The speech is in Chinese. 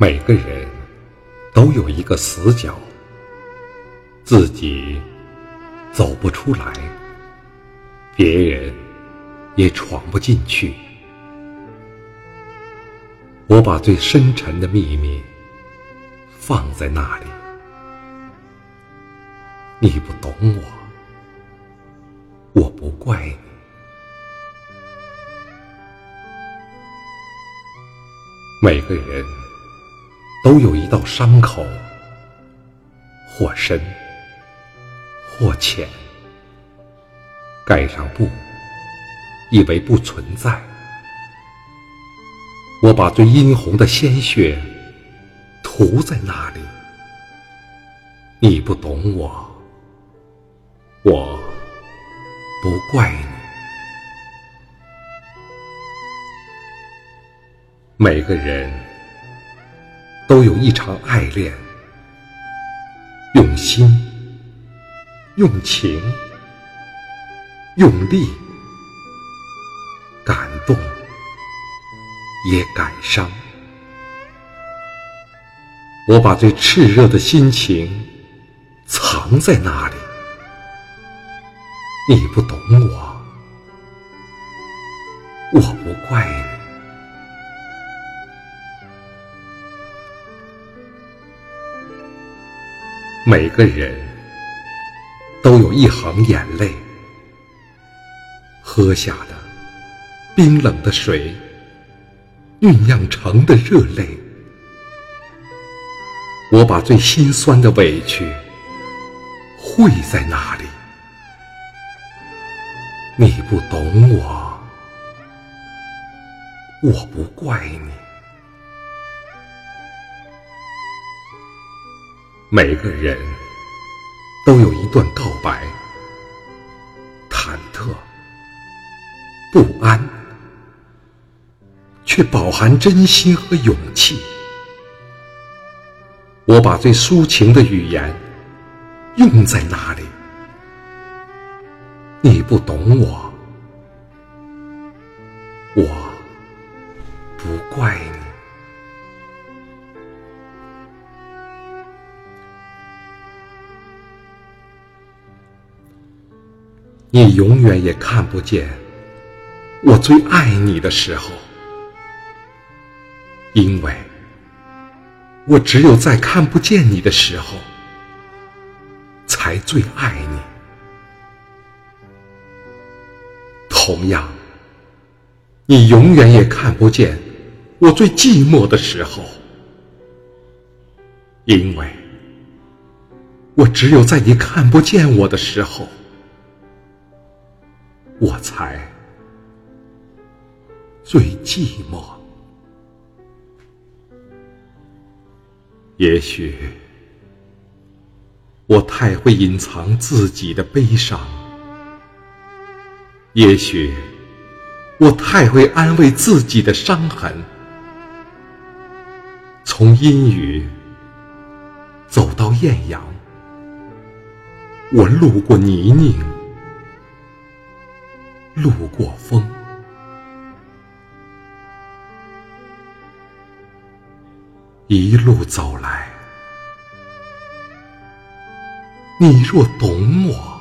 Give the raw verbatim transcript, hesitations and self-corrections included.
每个人都有一个死角，自己走不出来，别人也闯不进去。我把最深沉的秘密放在那里，你不懂我，我不怪你。每个人都有一道伤口，或深或浅，盖上布，以为不存在。我把最殷红的鲜血涂在那里，你不懂我，我不怪你。每个人都有一场爱恋，用心，用情，用力，感动也感伤。我把最炽热的心情藏在那里，你不懂我，我不怪你。每个人都有一行眼泪，喝下的冰冷的水，酝酿成的热泪。我把最心酸的委屈汇在那里，你不懂我，我不怪你。每个人都有一段告白，忐忑不安，却饱含真心和勇气。我把最抒情的语言用在那里，你不懂我，我不怪你。你永远也看不见我最爱你的时候，因为我只有在看不见你的时候才最爱你。同样，你永远也看不见我最寂寞的时候，因为我只有在你看不见我的时候我才最寂寞。也许我太会隐藏自己的悲伤，也许我太会安慰自己的伤痕。从阴雨走到艳阳，我路过泥泞，路过风。一路走来，你若懂我，